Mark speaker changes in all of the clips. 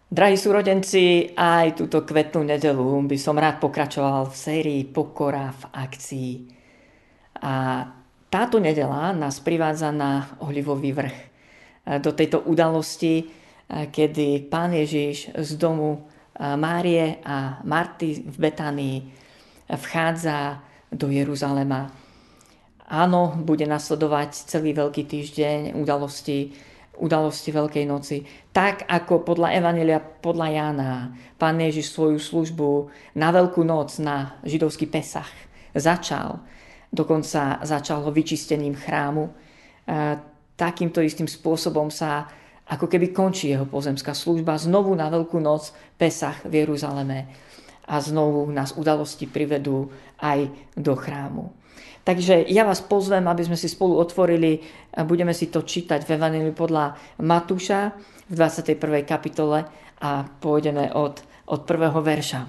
Speaker 1: Drahí súrodenci, aj túto kvetnú nedeľu by som rád pokračoval v sérii Pokora v akcii. A táto nedeľa nás privádza na Olivový vrch. Do tejto udalosti, kedy Pán Ježiš z domu Márie a Marty v Betánii vchádza do Jeruzalema. Áno, bude nasledovať celý Veľký týždeň udalosti Veľkej noci. Tak ako podľa Evanjelia, podľa Jána, Pán Ježiš svoju službu na Veľkú noc, na židovský Pesach začal. Dokonca začal ho vyčistením chrámu. Takýmto istým spôsobom sa ako keby končí jeho pozemská služba. Znovu na Veľkú noc Pesach v Jeruzaleme. A znovu nás udalosti privedú aj do chrámu. Takže ja vás pozvem, aby sme si spolu otvorili, budeme si to čítať v Evanjeliu podľa Matúša v 21. kapitole a pôjdeme od 1. verša.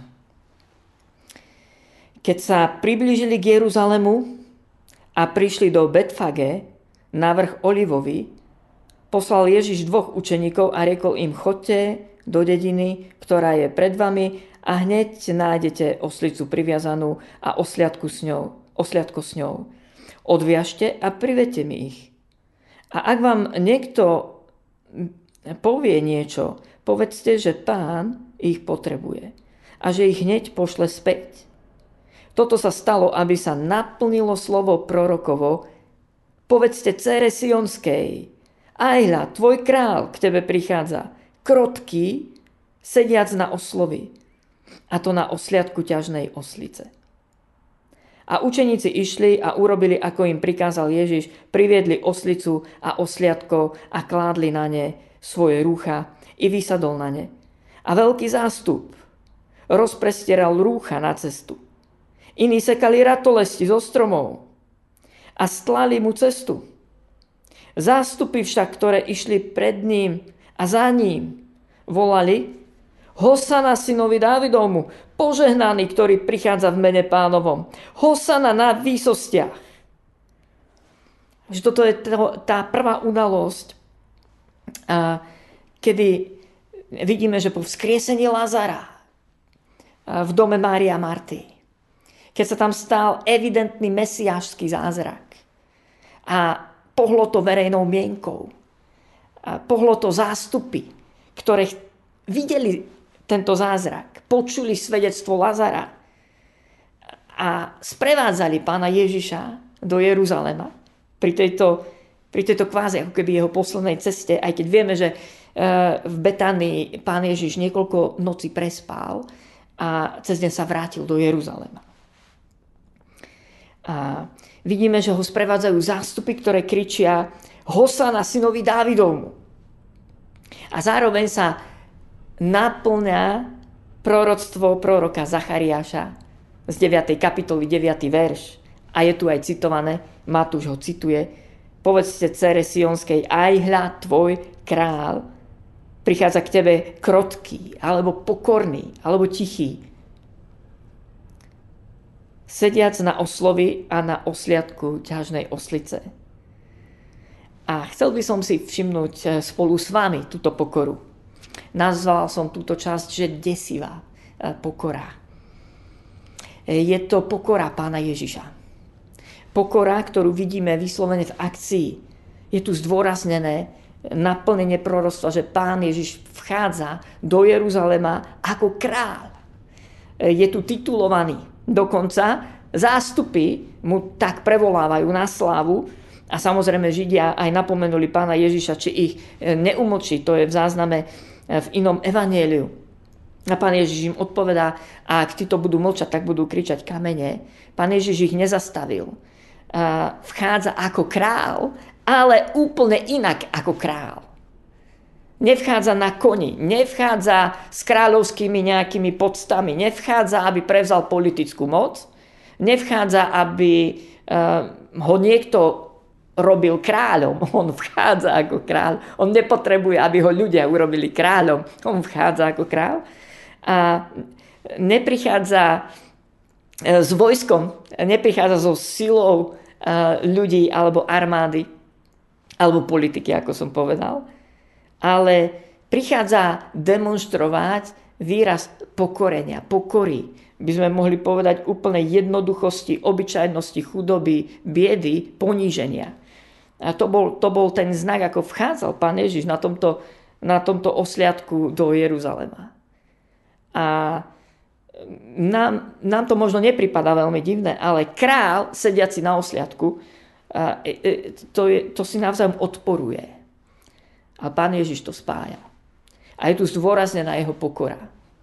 Speaker 1: Keď sa priblížili k Jeruzalemu a prišli do Betfage na vrch Olivový, poslal Ježiš 2 učeníkov a riekol im: choďte do dediny, ktorá je pred vami, a hneď nájdete oslicu priviazanú a osliadko s ňou. Odviažte a privedte mi ich. A ak vám niekto povie niečo, povedzte, že Pán ich potrebuje a že ich hneď pošle späť. Toto sa stalo, aby sa naplnilo slovo prorokovo: povedzte dcére Sionskej, aj hľa, tvoj král k tebe prichádza, krotký, sediac na oslovi, a to na osliadku ťažnej oslice. A učeníci išli a urobili, ako im prikázal Ježiš, priviedli oslicu a osliadko a kládli na ne svoje rúcha i vysadol na ne. A veľký zástup rozprestieral rúcha na cestu. Iní sekali ratolesti zo stromov a stlali mu cestu. Zástupy však, ktoré išli pred ním a za ním, volali: Hosana synovi Dávidovmu, požehnaný, ktorý prichádza v mene Pánovom. Hosana na výsostiach. Že toto je tá prvá udalosť, kedy vidíme, že po vzkriesení Lazara v dome Márie a Marty, keď sa tam stal evidentný mesiášsky zázrak a pohlo to verejnou mienkou, pohlo to zástupy, ktoré videli tento zázrak, počuli svedectvo Lazara a sprevádzali Pána Ježiša do Jeruzalema pri tejto kvázi ako keby jeho poslednej ceste, aj keď vieme, že v Betánii Pán Ježiš niekoľko nocí prespal a cez deň sa vrátil do Jeruzalema. A vidíme, že ho sprevádzajú zástupy, ktoré kričia: Hosana synovi Dávidovmu. A zároveň sa naplňa proroctvo proroka Zachariáša z 9. kapitoly 9. verš. A je tu aj citované, Matúš ho cituje: povedzte dcére Sionskej, aj hľa, tvoj král prichádza k tebe krotký, alebo pokorný, alebo tichý, sediac na oslovi a na osliadku ťažnej oslice. A chcel by som si všimnúť spolu s vami túto pokoru. Nazval som túto časť, že desivá pokora. Je to pokora Pána Ježiša. Pokora, ktorú vidíme vyslovene v akcii. Je tu zdôraznené naplnenie proroctva, že Pán Ježiš vchádza do Jeruzalema ako kráľ. Je tu titulovaný. Dokonca zástupy mu tak prevolávajú na slávu. A samozrejme Židia aj napomenuli Pána Ježiša, či ich neumlčí. To je v zázname v inom evanjeliu. A Pán Ježiš im odpovedá: ak títo budú mlčať, tak budú kričať kamene. Pán Ježiš ich nezastavil. Vchádza ako král, ale úplne inak ako král. Nevchádza na koni, nevchádza s kráľovskými nejakými podstami, nevchádza, aby prevzal politickú moc, nevchádza, aby ho niekto robil kráľom. On vchádza ako kráľ. On nepotrebuje, aby ho ľudia urobili kráľom. On vchádza ako kráľ a neprichádza s vojskom, neprichádza so silou ľudí alebo armády alebo politiky, ako som povedal, ale prichádza demonštrovať výraz pokorenia, pokory. By sme mohli povedať úplnej jednoduchosti, obyčajnosti, chudoby, biedy, poníženia. A to bol ten znak, ako vchádzal Pán Ježiš na tomto osliadku do Jeruzalema. A nám to možno nepripadá veľmi divné, ale král sediaci na osliadku, to si navzájom odporuje. A Pán Ježiš to spája. A je tu zdôraznená jeho pokora.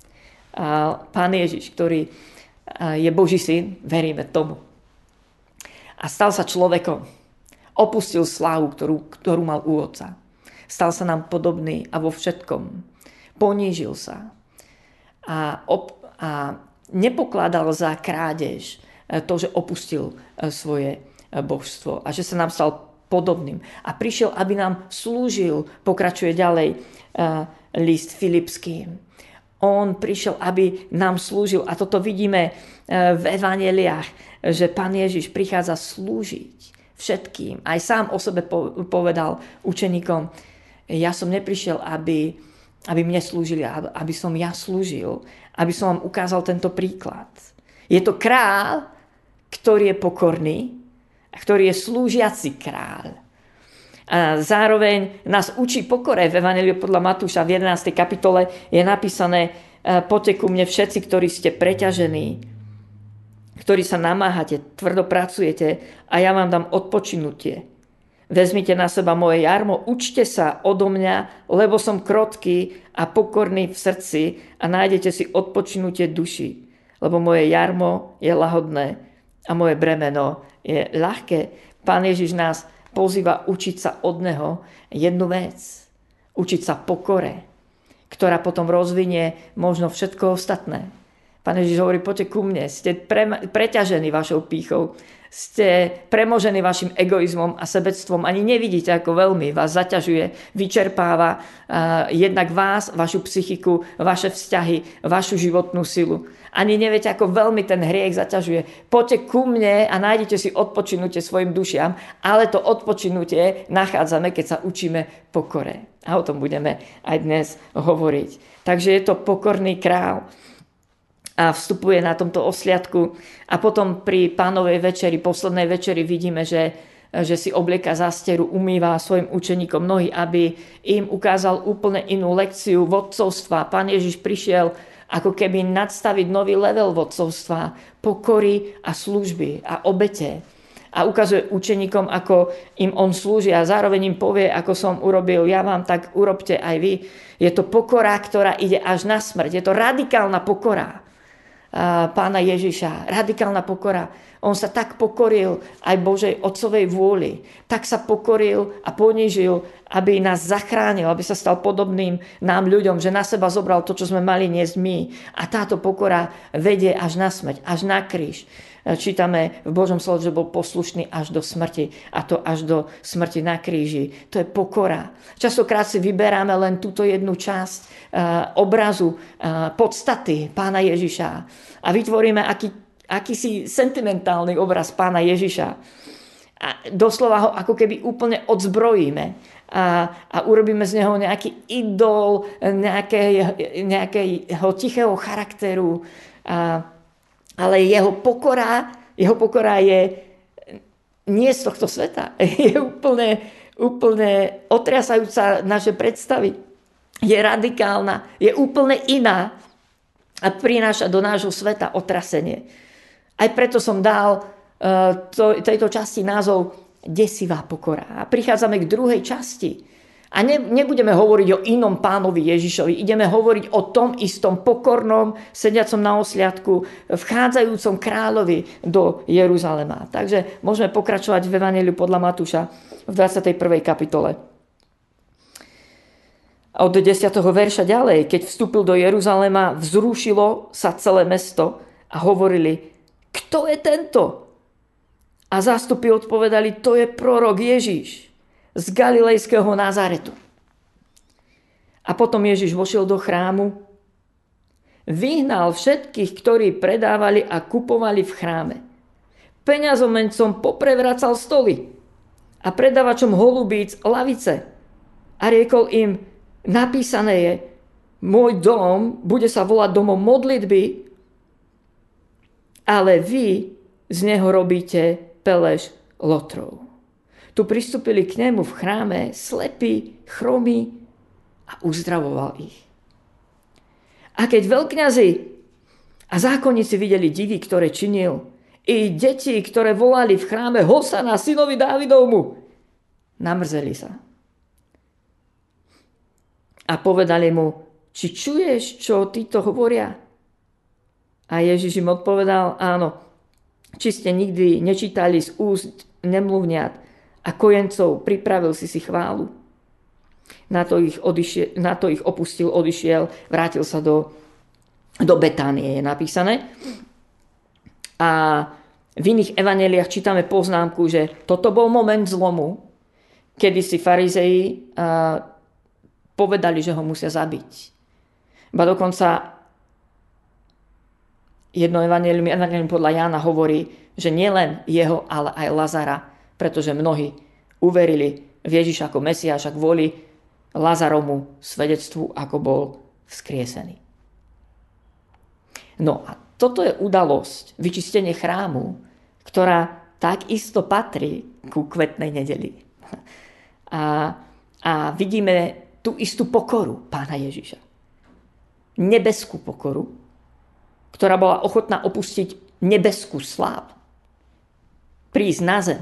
Speaker 1: A Pán Ježiš, ktorý je Boží syn, veríme tomu. A stal sa človekom. Opustil slávu, ktorú mal u Otca. Stal sa nám podobný a vo všetkom. Ponížil sa. A nepokladal za krádež to, že opustil svoje božstvo. A že sa nám stal podobným. A prišiel, aby nám slúžil. Pokračuje ďalej list Filipským. On prišiel, aby nám slúžil. A toto vidíme v evanjeliách, že Pán Ježiš prichádza slúžiť všetkým. Aj sám o sebe povedal učeníkom, ja som neprišiel, aby mne slúžili, aby som ja slúžil, aby som vám ukázal tento príklad. Je to kráľ, ktorý je pokorný, a ktorý je slúžiaci kráľ. A zároveň nás učí pokore. V Evanjeliu podľa Matúša v 11. kapitole je napísané: poďte ku mne všetci, ktorí ste preťažení, ktorí sa namáhate, tvrdo pracujete a ja vám dám odpočinutie. Vezmite na seba moje jarmo, učte sa odo mňa, lebo som krotký a pokorný v srdci a nájdete si odpočinutie duši. Lebo moje jarmo je lahodné a moje bremeno je ľahké. Pán Ježiš nás pozýva učiť sa od Neho jednu vec. Učiť sa pokore, ktorá potom rozvinie možno všetko ostatné. Pán Ježiš hovorí, poďte ku mne, ste preťažení vašou pýchou, ste premožení vašim egoizmom a sebectvom, ani nevidíte, ako veľmi vás zaťažuje, vyčerpáva jednak vás, vašu psychiku, vaše vzťahy, vašu životnú silu. Ani neviete, ako veľmi ten hriech zaťažuje. Poďte ku mne a nájdete si odpočinutie svojim dušiam, ale to odpočinutie nachádzame, keď sa učíme pokore. A o tom budeme aj dnes hovoriť. Takže je to pokorný král a vstupuje na tomto osliadku. A potom pri Pánovej večeri, poslednej večeri vidíme, že si oblieka zásteru, umýva svojim učeníkom nohy, aby im ukázal úplne inú lekciu vodcovstva. Pán Ježiš prišiel ako keby nadstaviť nový level vodcovstva, pokory a služby a obete. A ukazuje učeníkom, ako im on slúži a zároveň im povie, ako som urobil ja vám, tak urobte aj vy. Je to pokora, ktorá ide až na smrť. Je to radikálna pokora Pána Ježiša. Radikálna pokora. On sa tak pokoril aj Božej Otcovej vôli. Tak sa pokoril a ponížil, aby nás zachránil, aby sa stal podobným nám ľuďom, že na seba zobral to, čo sme mali niesť my. A táto pokora vedie až na smrť, až na kríž. Čítame v Božom slove, že bol poslušný až do smrti, a to až do smrti na kríži. To je pokora. Častokrát si vyberáme len túto jednu časť obrazu, podstaty Pána Ježiša a vytvoríme akýsi sentimentálny obraz Pána Ježiša. A doslova ho ako keby úplne odzbrojíme a urobíme z neho nejaký idol nejakého tichého charakteru. Ale jeho pokora je nie z tohto sveta. Je úplne otriasajúca naše predstavy. Je radikálna, je úplne iná a prináša do nášho sveta otrasenie. Aj preto som dal tejto časti názov Desivá pokora. A prichádzame k druhej časti. A nebudeme hovoriť o inom Pánovi Ježišovi. Ideme hovoriť o tom istom pokornom, sediacom na osliadku, vchádzajúcom kráľovi do Jeruzalema. Takže môžeme pokračovať v Evanjeliu podľa Matúša v 21. kapitole. A od 10. verša ďalej, keď vstúpil do Jeruzalema, vzrušilo sa celé mesto a hovorili, kto je tento? A zástupy odpovedali, to je prorok Ježiš z galilejského Nazaretu. A potom Ježiš vošiel do chrámu, vyhnal všetkých, ktorí predávali a kupovali v chráme. Peňazomencom poprevracal stoly a predávačom holubíc lavice. A riekol im, napísané je, môj dom bude sa volať domom modlitby, ale vy z neho robíte pelež lotrov. Tu pristúpili k nemu v chráme slepí, chromí a uzdravoval ich. A keď veľkňazi a zákonníci videli divy, ktoré činil, i deti, ktoré volali v chráme Hosana, synovi Dávidovmu, namrzeli sa. A povedali mu, či čuješ, čo títo hovoria? A Ježiš im odpovedal, áno, či ste nikdy nečítali z úst nemluvňat a kojencov, pripravil si chválu. Na to ich opustil, odišiel, vrátil sa do Betánie, je napísané. A v iných evanjeliách čítame poznámku, že toto bol moment zlomu, kedy si farizei povedali, že ho musia zabiť. Ba dokonca jedno evanjelium podľa Jána hovorí, že nielen jeho, ale aj Lazara, pretože mnohí uverili v Ježiša ako Mesiáša kvôli Lazaromu svedectvu, ako bol vzkriesený. No a toto je udalosť, vyčistenie chrámu, ktorá takisto patrí ku kvetnej nedeli. A vidíme tú istú pokoru Pána Ježiša. Nebeskú pokoru, ktorá bola ochotná opustiť nebeskú slávu. Prísť na zem.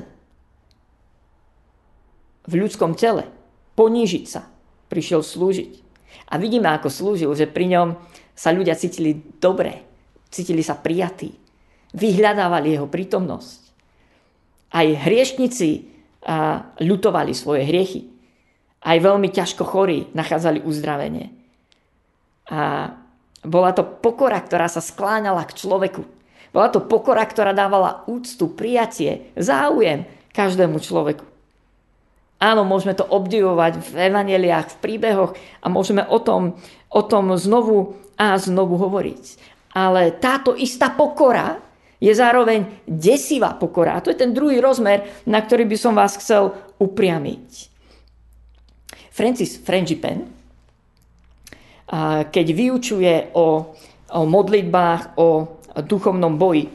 Speaker 1: V ľudskom tele. Ponížiť sa. Prišiel slúžiť. A vidíme, ako slúžil, že pri ňom sa ľudia cítili dobre. Cítili sa prijatí. Vyhľadávali jeho prítomnosť. Aj hriešnici ľutovali svoje hriechy. Aj veľmi ťažko chorí nachádzali uzdravenie. A bola to pokora, ktorá sa skláňala k človeku. Bola to pokora, ktorá dávala úctu, prijatie, záujem každému človeku. Áno, môžeme to obdivovať v evanjeliách, v príbehoch a môžeme o tom znovu a znovu hovoriť. Ale táto istá pokora je zároveň desivá pokora. A to je ten druhý rozmer, na ktorý by som vás chcel upriamiť. Francis Frangipane, keď vyučuje o modlitbách, o duchovnom boji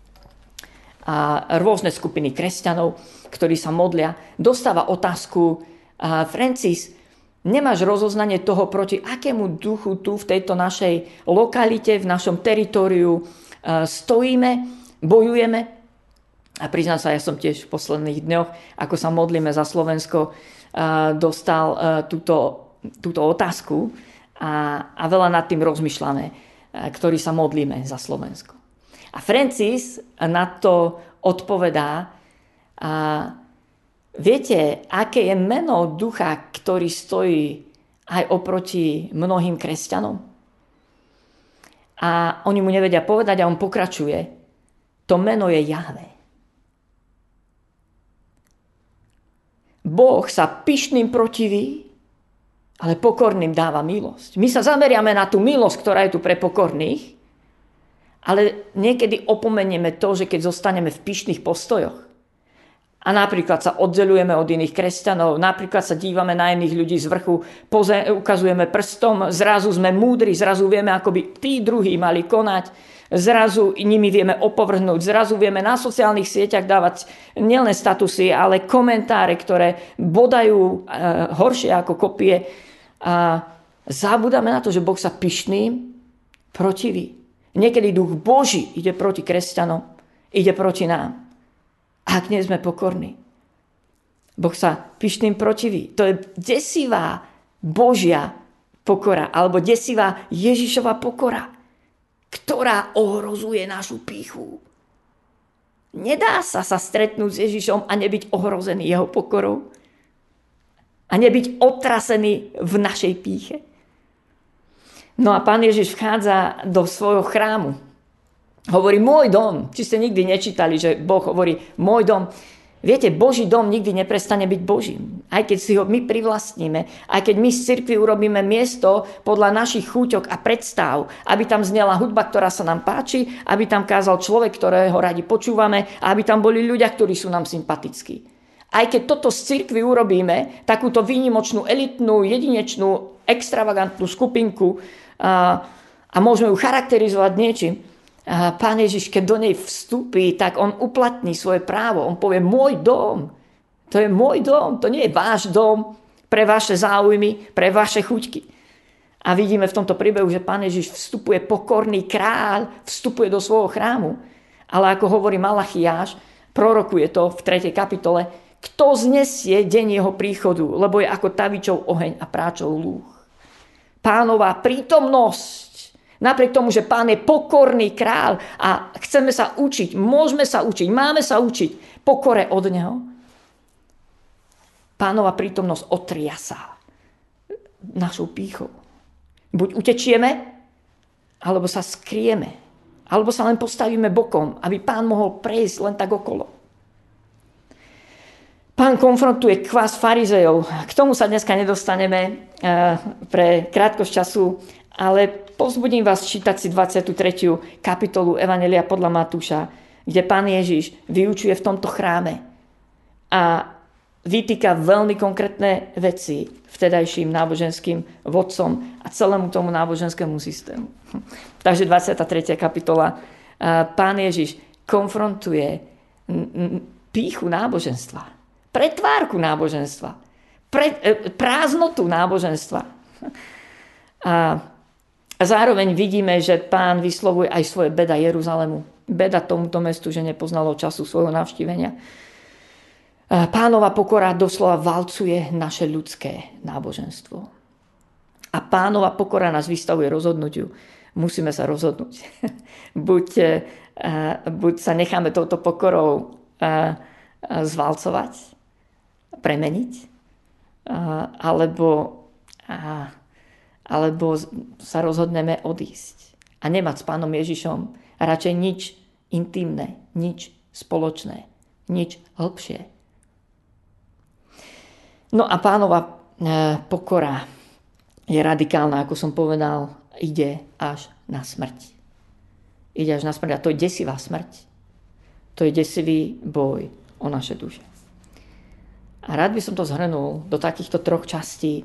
Speaker 1: a rôzne skupiny kresťanov, ktorí sa modlia, dostáva otázku, Francis, nemáš rozoznanie toho, proti akému duchu tu v tejto našej lokalite, v našom teritóriu stojíme, bojujeme? A priznám sa, ja som tiež v posledných dňoch, ako sa modlíme za Slovensko, dostal túto otázku a veľa nad tým rozmýšľame, ktorí sa modlíme za Slovensko. A Francis na to odpovedá, viete, aké je meno ducha, ktorý stojí aj oproti mnohým kresťanom? A oni mu nevedia povedať a on pokračuje. To meno je Jahve. Boh sa pyšným protiví, ale pokorným dáva milosť. My sa zameriame na tú milosť, ktorá je tu pre pokorných, ale niekedy opomenieme to, že keď zostaneme v pyšných postojoch a napríklad sa oddeľujeme od iných kresťanov, napríklad sa dívame na iných ľudí z vrchu, ukazujeme prstom, zrazu sme múdri, zrazu vieme, ako by tí druhí mali konať, zrazu nimi vieme opovrhnúť, zrazu vieme na sociálnych sieťach dávať nielen statusy, ale komentáre, ktoré bodajú horšie ako kopie. A zabúdame na to, že Boh sa pyšným protiví. Niekedy duch Boží ide proti kresťanom, ide proti nám. Ak nie sme pokorní. Boh sa pyšným protiví. To je desivá Božia pokora, alebo desivá Ježišova pokora, ktorá ohrozuje našu pýchu. Nedá sa stretnúť s Ježišom a nebyť ohrozený jeho pokorou a nebyť otrasený v našej pýche. No a Pán Ježiš vchádza do svojho chrámu. Hovorí, môj dom. Či ste nikdy nečítali, že Boh hovorí, môj dom. Viete, Boží dom nikdy neprestane byť Božím. Aj keď si ho my privlastníme, aj keď my z cirkvi urobíme miesto podľa našich chúťok a predstav, aby tam znela hudba, ktorá sa nám páči, aby tam kázal človek, ktorého radi počúvame a aby tam boli ľudia, ktorí sú nám sympatickí. Aj keď toto z cirkvi urobíme, takúto výnimočnú, elitnú, jedinečnú extravagantnú skupinku a môžeme ju charakterizovať niečím. Pán Ježiš, keď do nej vstúpi, tak on uplatní svoje právo. On povie, môj dom, to je môj dom, to nie je váš dom pre vaše záujmy, pre vaše chuťky. A vidíme v tomto príbehu, že Pán Ježiš vstupuje pokorný kráľ, vstupuje do svojho chrámu. Ale ako hovorí Malachiáš, prorokuje to v 3. kapitole, kto znesie deň jeho príchodu, lebo je ako tavičov oheň a práčov lúh. Pánova prítomnosť, napriek tomu, že Pán je pokorný kráľ a chceme sa učiť, môžeme sa učiť, máme sa učiť pokore od neho. Pánova prítomnosť otriasa našou pýchou. Buď utečieme, alebo sa skrieme, alebo sa len postavíme bokom, aby Pán mohol prejsť len tak okolo. Pán konfrontuje kvás farizejov. K tomu sa dneska nedostaneme pre krátkosť času, ale povzbudím vás čítať si 23. kapitolu Evanjelia podľa Matúša, kde Pán Ježiš vyučuje v tomto chráme a vytýka veľmi konkrétne veci vtedajším náboženským vodcom a celému tomu náboženskému systému. Takže 23. kapitola. Pán Ježiš konfrontuje pýchu náboženstva, pretvárku náboženstva, prázdnotu náboženstva. A zároveň vidíme, že Pán vyslovuje aj svoje beda Jeruzalému. Beda tomuto mestu, že nepoznalo času svojho navštívenia. Pánova pokora doslova valcuje naše ľudské náboženstvo. A Pánova pokora nás vystavuje rozhodnutiu. Musíme sa rozhodnúť. Buď sa necháme touto pokorou zvalcovať, premeniť, alebo sa rozhodneme odísť a nemať s Pánom Ježišom radšej nič intimné, nič spoločné, nič hlbšie. No a Pánova pokora je radikálna, ako som povedal, ide až na smrť. Ide až na smrť a to je desivá smrť. To je desivý boj o naše duše. A rád by som to zhrnul do takýchto 3 častí,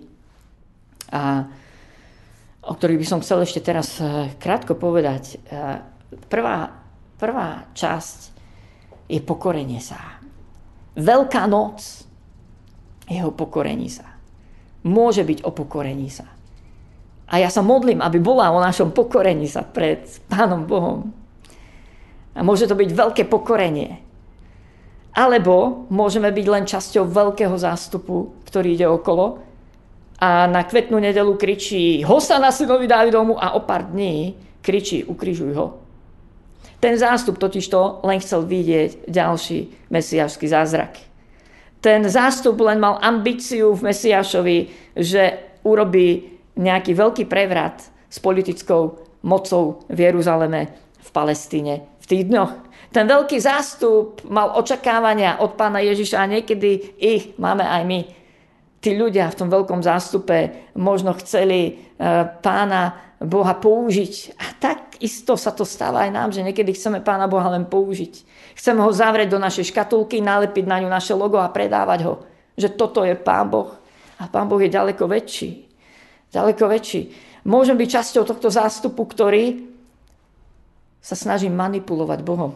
Speaker 1: o ktorých by som chcel ešte teraz krátko povedať. Prvá časť je pokorenie sa. Veľká noc je o pokorení sa. Môže byť o pokorení sa. A ja sa modlím, aby bola o našom pokorení sa pred Pánom Bohom. A môže to byť veľké pokorenie. Alebo môžeme byť len časťou veľkého zástupu, ktorý ide okolo a na kvetnú nedeľu kričí Hosana synovi Dávidovmu a o pár dní kričí ukrižuj ho. Ten zástup totižto len chcel vidieť ďalší mesiášsky zázrak. Ten zástup len mal ambíciu v Mesiášovi, že urobí nejaký veľký prevrat s politickou mocou v Jeruzaleme, v Palestíne v tých dňoch. Ten veľký zástup mal očakávania od Pána Ježiša a niekedy ich máme aj my. Tí ľudia v tom veľkom zástupe možno chceli Pána Boha použiť. A tak isto sa to stáva aj nám, že niekedy chceme Pána Boha len použiť. Chceme ho zavrieť do našej škatulky, nalepiť na ňu naše logo a predávať ho. Že toto je Pán Boh. A Pán Boh je ďaleko väčší. Ďaleko väčší. Môžem byť časťou tohto zástupu, ktorý sa snaží manipulovať Bohom.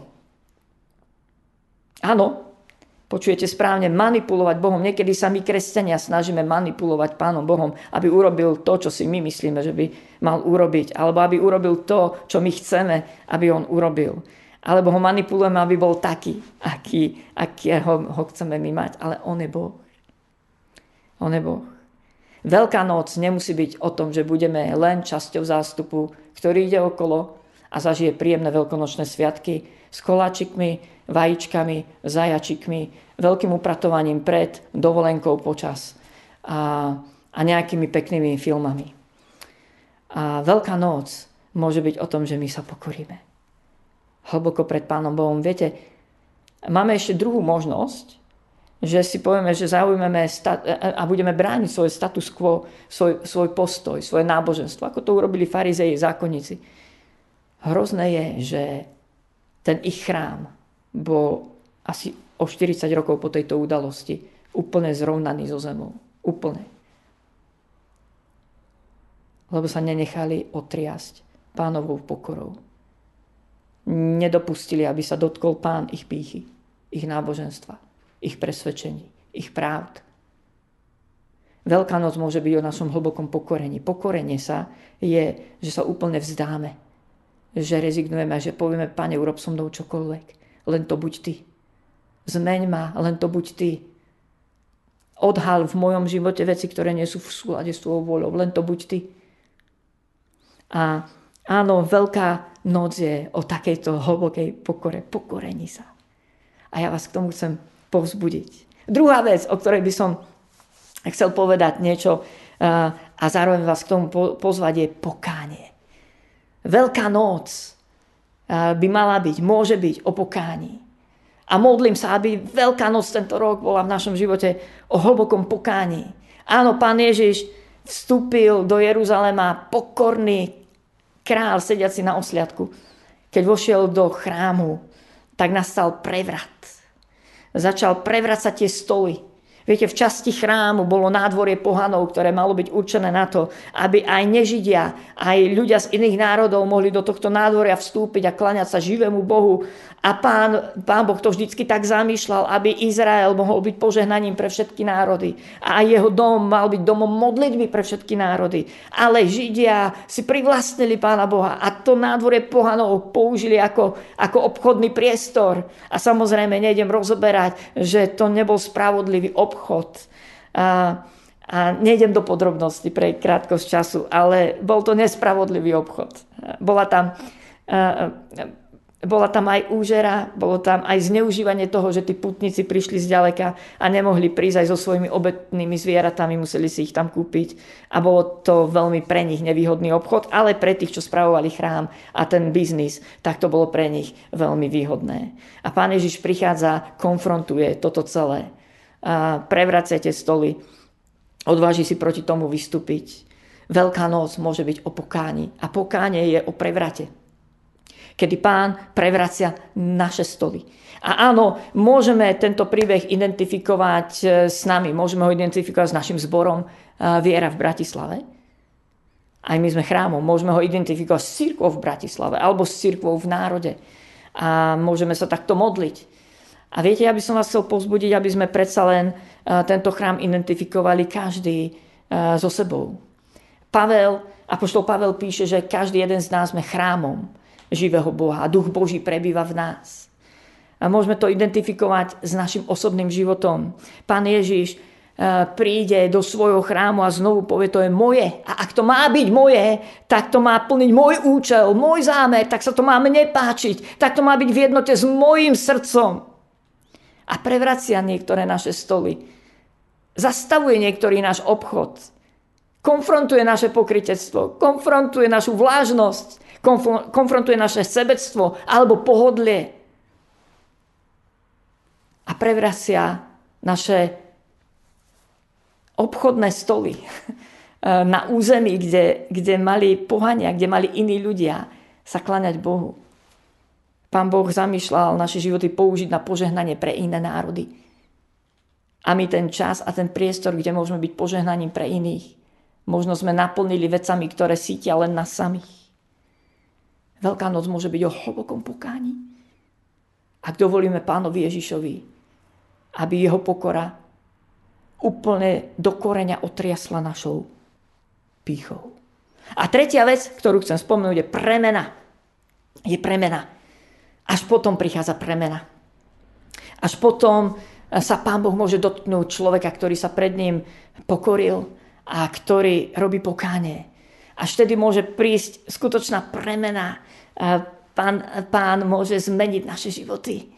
Speaker 1: Áno, počujete správne, manipulovať Bohom. Niekedy sa my, kresťania, snažíme manipulovať Pánom Bohom, aby urobil to, čo si my myslíme, že by mal urobiť. Alebo aby urobil to, čo my chceme, aby on urobil. Alebo ho manipulujeme, aby bol taký, aký ho chceme my mať. Ale on je Boh. On je Boh. Veľká noc nemusí byť o tom, že budeme len časťou zástupu, ktorý ide okolo a zažije príjemné veľkonočné sviatky s koláčikmi, vajíčkami, zajačikmi, veľkým upratovaním pred, dovolenkou počas a nejakými peknými filmami. A Veľká noc môže byť o tom, že my sa pokoríme. Hlboko pred Pánom Bohom. Viete, máme ešte druhú možnosť, že si povieme, že zaujmeme a budeme brániť svoj status quo, svoj postoj, svoje náboženstvo, ako to urobili farizeji, zákonníci. Hrozné je, že ten ich chrám bol asi o 40 rokov po tejto udalosti úplne zrovnaný so zemou. Úplne. lebo sa nenechali otriasť Pánovou pokorou. Nedopustili, aby sa dotkol Pán ich pýchy, ich náboženstva, ich presvedčení, ich pravd. Veľká noc môže byť o našom hlbokom pokorení. Pokorenie sa je, že sa úplne vzdáme, že rezignujeme, že povieme: Pane, urob so mnou čokoľvek, len to buď Ty. Zmeň ma, len to buď Ty. Odhal v mojom živote veci, ktoré nie sú v súlade s Tvojou vôľou, len to buď Ty. A áno, Veľká noc je o takejto hlbokej pokore, pokorení sa. A ja vás k tomu chcem povzbudiť. Druhá vec, o ktorej by som chcel povedať niečo a zároveň vás k tomu pozvať, je pokánie. Veľká noc by mala byť, môže byť o pokání. A modlím sa, aby Veľká noc tento rok bola v našom živote o hlbokom pokání. Áno, Pán Ježiš vstúpil do Jeruzalema pokorný král sediaci na osliadku. Keď vošiel do chrámu, tak nastal prevrat. Začal prevracať tie stoly. Viete, v časti chrámu bolo nádvorie pohanov, ktoré malo byť určené na to, aby aj nežidia, aj ľudia z iných národov mohli do tohto nádvoria vstúpiť a kláňať sa živému Bohu. A pán Boh to vždycky tak zamýšľal, aby Izrael mohol byť požehnaním pre všetky národy. A aj jeho dom mal byť domom modlitby pre všetky národy. Ale Židia si privlastnili Pána Boha a to nádvorie pohanov použili ako obchodný priestor. A samozrejme nejdem rozoberať, že to nebol spravodlivý obchod. A nejdem do podrobností pre krátkosť času, ale bol to nespravodlivý obchod. Bola tam aj úžera, bolo tam aj zneužívanie toho, že tí putníci prišli zďaleka a nemohli prísť aj so svojimi obetnými zvieratami, museli si ich tam kúpiť. A bolo to veľmi pre nich nevýhodný obchod, ale pre tých, čo spravovali chrám a ten biznis, tak to bolo pre nich veľmi výhodné. A Pán Ježiš prichádza, konfrontuje toto celé. Prevracete stoly, odváži si proti tomu vystúpiť. Veľká noc môže byť o pokáni a pokánie je o prevrate. Kedy Pán prevracia naše stoly. A áno, môžeme tento príbeh identifikovať s nami, môžeme ho identifikovať s našim zborom Viera v Bratislave. Aj my sme chrámom, môžeme ho identifikovať s cirkvou v Bratislave alebo s cirkvou v národe. A môžeme sa takto modliť. A viete, ja by som vás chcel povzbudiť, aby sme predsa len tento chrám identifikovali každý so sebou. Apoštol Pavel píše, že každý jeden z nás sme chrámom živého Boha a Duch Boží prebýva v nás. A môžeme to identifikovať s našim osobným životom. Pán Ježiš príde do svojho chrámu a znovu povie, to je moje. A ak to má byť moje, tak to má plniť môj účel, môj zámer, tak sa to má mne páčiť, tak to má byť v jednote s mojím srdcom. A prevracia niektoré naše stoly. Zastavuje niektorý náš obchod. Konfrontuje naše pokrytectvo. Konfrontuje našu vlážnosť. Konfrontuje naše sebectvo alebo pohodlie. A prevracia naše obchodné stoly na území, kde mali pohania, kde mali iní ľudia sa kláňať Bohu. Pán Boh zamýšľal naše životy použiť na požehnanie pre iné národy. A my ten čas a ten priestor, kde môžeme byť požehnaním pre iných, možno sme naplnili vecami, ktoré sítia len nás samých. Veľká noc môže byť o hlbokom pokáni. Ak dovolíme Pánovi Ježišovi, aby jeho pokora úplne do koreňa otriasla našou pýchou. A tretia vec, ktorú chcem spomenúť, je premena. Je premena. Až potom prichádza premena. Až potom sa Pán Boh môže dotknúť človeka, ktorý sa pred ním pokoril a ktorý robí pokánie. Až vtedy môže prísť skutočná premena. Pán môže zmeniť naše životy.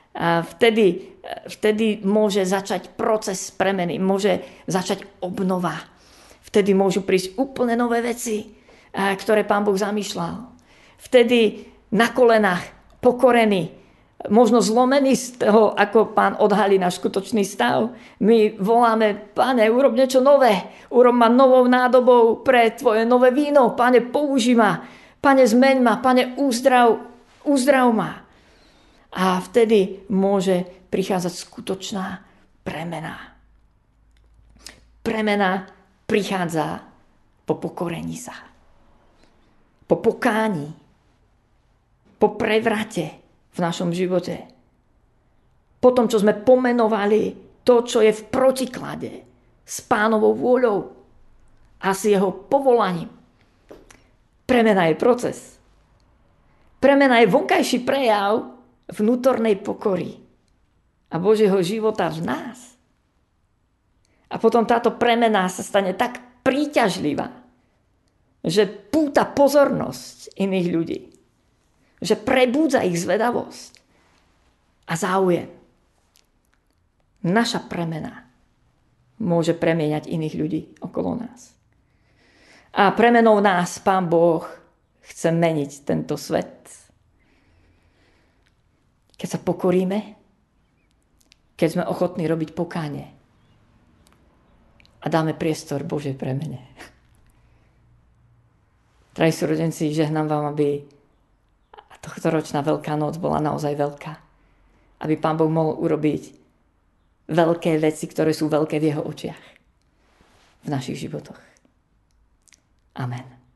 Speaker 1: Vtedy môže začať proces premeny. Môže začať obnova. Vtedy môžu prísť úplne nové veci, ktoré Pán Boh zamýšľal. Vtedy na kolenách pokorený, možno zlomený z toho, ako Pán odhalí náš skutočný stav. My voláme, Pane, urob niečo nové. Urob ma novou nádobou pre Tvoje nové víno. Pane, použij ma. Pane, zmeň ma. Pane, uzdrav ma. A vtedy môže prichádzať skutočná premena. Premena prichádza po pokorení sa, po pokání, po prevrate v našom živote. Po tom, čo sme pomenovali to, čo je v protiklade s Pánovou vôľou a s jeho povolaním. Premena je proces. Premena je vonkajší prejav vnútornej pokory a Božieho života v nás. A potom táto premena sa stane tak príťažlivá, že púta pozornosť iných ľudí. Že prebúdza ich zvedavosť a záujem. Naša premena môže premieňať iných ľudí okolo nás. A premenou nás Pán Boh chce meniť tento svet. Keď sa pokoríme, keď sme ochotní robiť pokánie a dáme priestor Božej premene. Drahí súrodenci, žehnám vám, aby tohtoročná Veľká noc bola naozaj veľká. Aby Pán Boh mohol urobiť veľké veci, ktoré sú veľké v jeho očiach. V našich životoch. Amen.